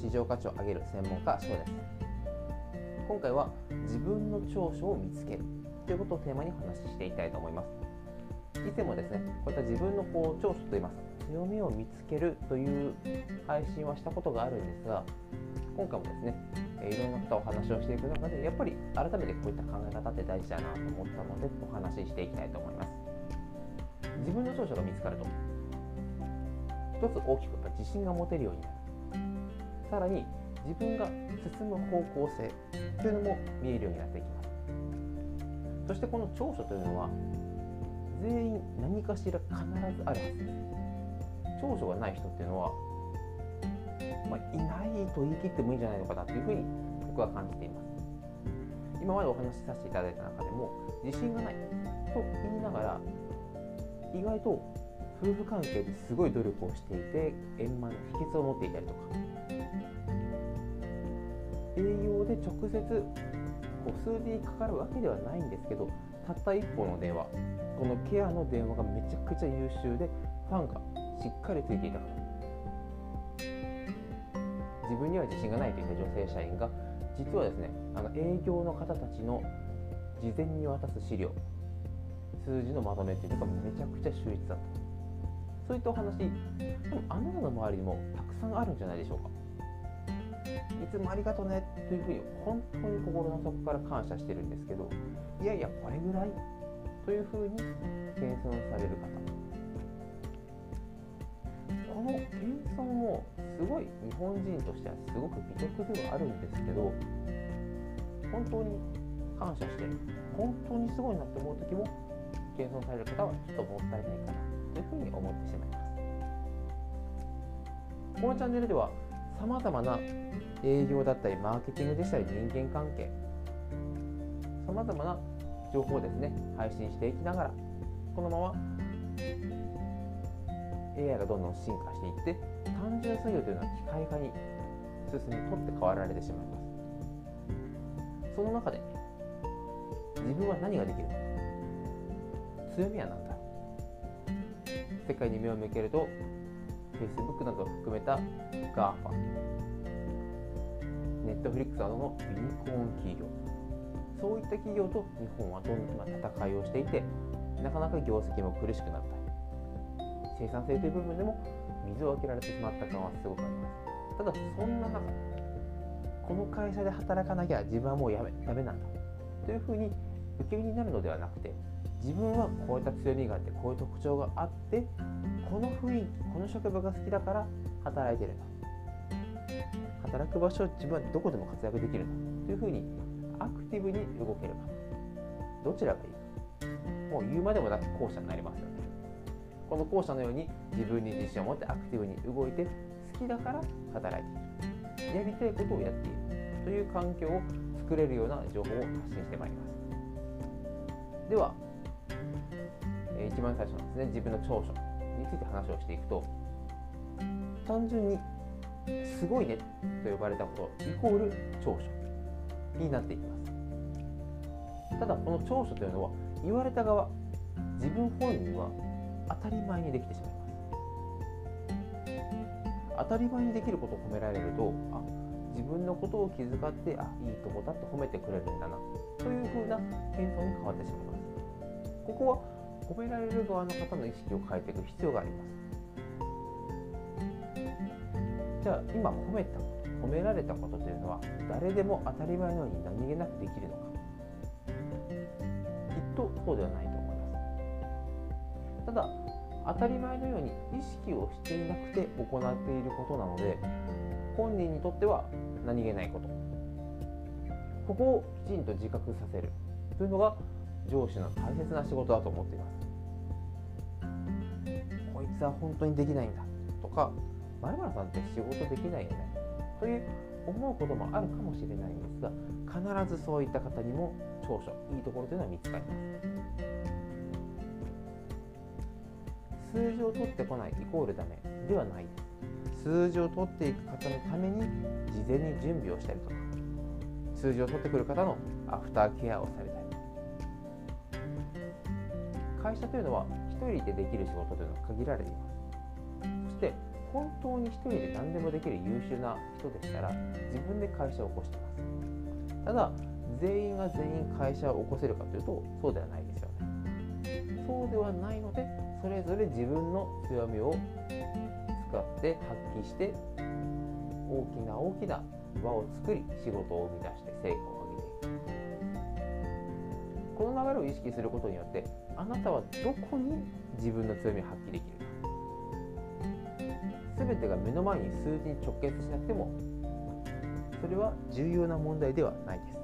市場価値を上げる専門家翔です。今回は自分の長所を見つけるということをテーマにお話ししていきたいと思います。以前もですね、こういった自分の長所といいますか強みを見つけるという配信はしたことがあるんですが、今回もですね、いろんな方お話をしていく中でやっぱり改めてこういった考え方って大事だなと思ったのでお話ししていきたいと思います。自分の長所が見つかると一つ大きく自信が持てるようになる。さらに自分が進む方向性というのも見えるようになっていきます。そしてこの長所というのは全員何かしら必ずあるはずです。長所がない人っていうのは、いないと言い切ってもいいんじゃないのかなというふうに僕は感じています。今までお話しさせていただいた中でも自信がないと言いながら意外と夫婦関係ですごい努力をしていて円満な秘訣を持っていたりとか、営業で直接数字にかかるわけではないんですけど、たった一本の電話、このケアの電話がめちゃくちゃ優秀でファンがしっかりついていたから、自分には自信がないといった女性社員が実はですね、営業の方たちの事前に渡す資料、数字のまとめというのがめちゃくちゃ秀逸だと。そういったお話、多分あなたの周りにもたくさんあるんじゃないでしょうか。いつもありがとうねというふうに本当に心の底から感謝してるんですけど、いやいやこれぐらいというふうに謙遜される方、この謙遜もすごい日本人としてはすごく美徳ではあるんですけど、本当に感謝してる、本当にすごいなって思う時も謙遜される方はちょっともったいないかなというふうに思ってしまいます。このチャンネルではさまざまな営業だったりマーケティングでしたり人間関係、さまざまな情報をですね配信していきながら、このまま AI がどんどん進化していって単純作業というのは機械化に進み取って代わられてしまいます。その中で自分は何ができるのか、強みは何だろう。世界に目を向けると Facebook などを含めた GAFA、Netflix などのユニコーン企業、そういった企業と日本はどんどん戦いをしていて、なかなか業績も苦しくなったり、生産性という部分でも水を開けられてしまった感はすごくあります。ただそんな中、この会社で働かなきゃ自分はもうダメなんだというふうに受け身になるのではなくて、自分はこういった強みがあってこういう特徴があって、この雰囲気、この職場が好きだから働いてるんだ、働く場所、自分はどこでも活躍できるんだというふうにアクティブに動けるか、どちらがいいか、もう言うまでもなく後者になりますよね。この後者のように自分に自信を持ってアクティブに動いて、好きだから働いている、やりたいことをやっているという環境を作れるような情報を発信してまいります。では、一番最初のですね、自分の長所について話をしていくと、単純にすごいねと呼ばれたことイコール長所になっていきます。ただこの長所というのは言われた側、自分本人は当たり前にできてしまいます。当たり前にできることを褒められると、自分のことを気遣って、いいとこだと褒めてくれるんだなというふうな謙遜に変わってしまいます。ここは褒められる側の方の意識を変えていく必要があります。じゃあ今褒められたことというのは誰でも当たり前のように何気なくできるのか、きっとそうではないと思います。ただ当たり前のように意識をしていなくて行っていることなので、本人にとっては何気ないこと、ここをきちんと自覚させるというのが上司の大切な仕事だと思っています。こいつは本当にできないんだとか、〇〇さんって仕事できないよねという思うこともあるかもしれないんですが、必ずそういった方にも長所、いいところというのは見つかります。数字を取ってこないイコールダメではないです。数字を取っていく方のために事前に準備をしたりとか、数字を取ってくる方のアフターケアをされたり、会社というのは一人でできる仕事というのは限られています。そして本当に一人で何でもできる優秀な人でしたら自分で会社を起こしてます。ただ全員が全員会社を起こせるかというとそうではないですよね。そうではないので、それぞれ自分の強みを使って発揮して大きな輪を作り仕事を生み出して成果を上げていく。この流れを意識することによってあなたはどこに自分の強みを発揮できるか。全てが目の前に数字に直結しなくてもそれは重要な問題ではないです。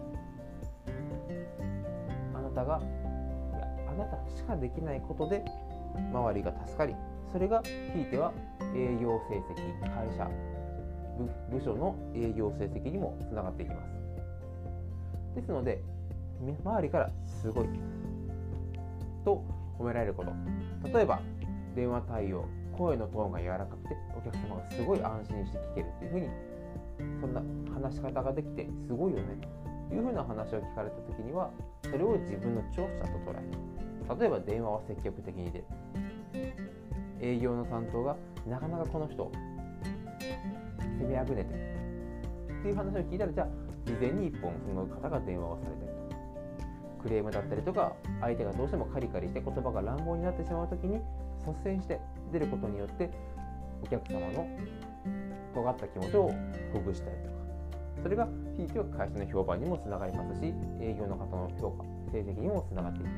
あなたしかできないことで周りが助かり、それがひいては営業成績、会社、部署の営業成績にもつながっていきます。ですので周りからすごいと褒められること、例えば電話対応、声のトーンが柔らかくてお客様がすごい安心して聞けるというふうに、そんな話し方ができてすごいよねというふうな話を聞かれた時には、それを自分の長所だと捉える。例えば電話は積極的に出る、営業の担当がなかなかこの人攻めあぐねてるっていう話を聞いたら、じゃあ事前に1本その方が電話をされたりとか、クレームだったりとか相手がどうしてもカリカリして言葉が乱暴になってしまう時に率先して出ることによってお客様の尖った気持ちをほぐしたりとか、それがひいては会社の評判にもつながりますし、営業の方の評価、成績にもつながっていきます。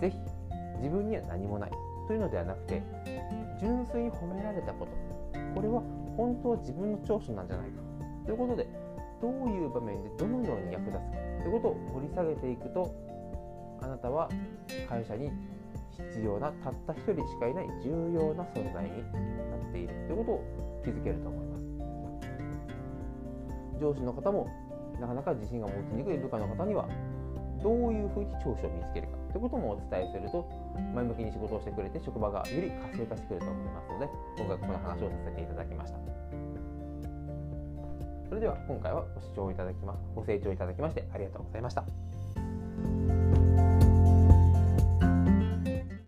ぜひ自分には何もないというのではなくて、純粋に褒められたこと、これは本当は自分の長所なんじゃないかということで、どういう場面でどのように役立つかということを掘り下げていくと、あなたは会社に必要なたった一人しかいない重要な存在になっているということを気づけると思います。上司の方もなかなか自信が持ちにくい部下の方にはどういうふうに長所を見つけるかということもお伝えすると、前向きに仕事をしてくれて職場がより活性化してくると思いますので、今回この話をさせていただきました。それでは今回はご清聴いただきましてありがとうございました。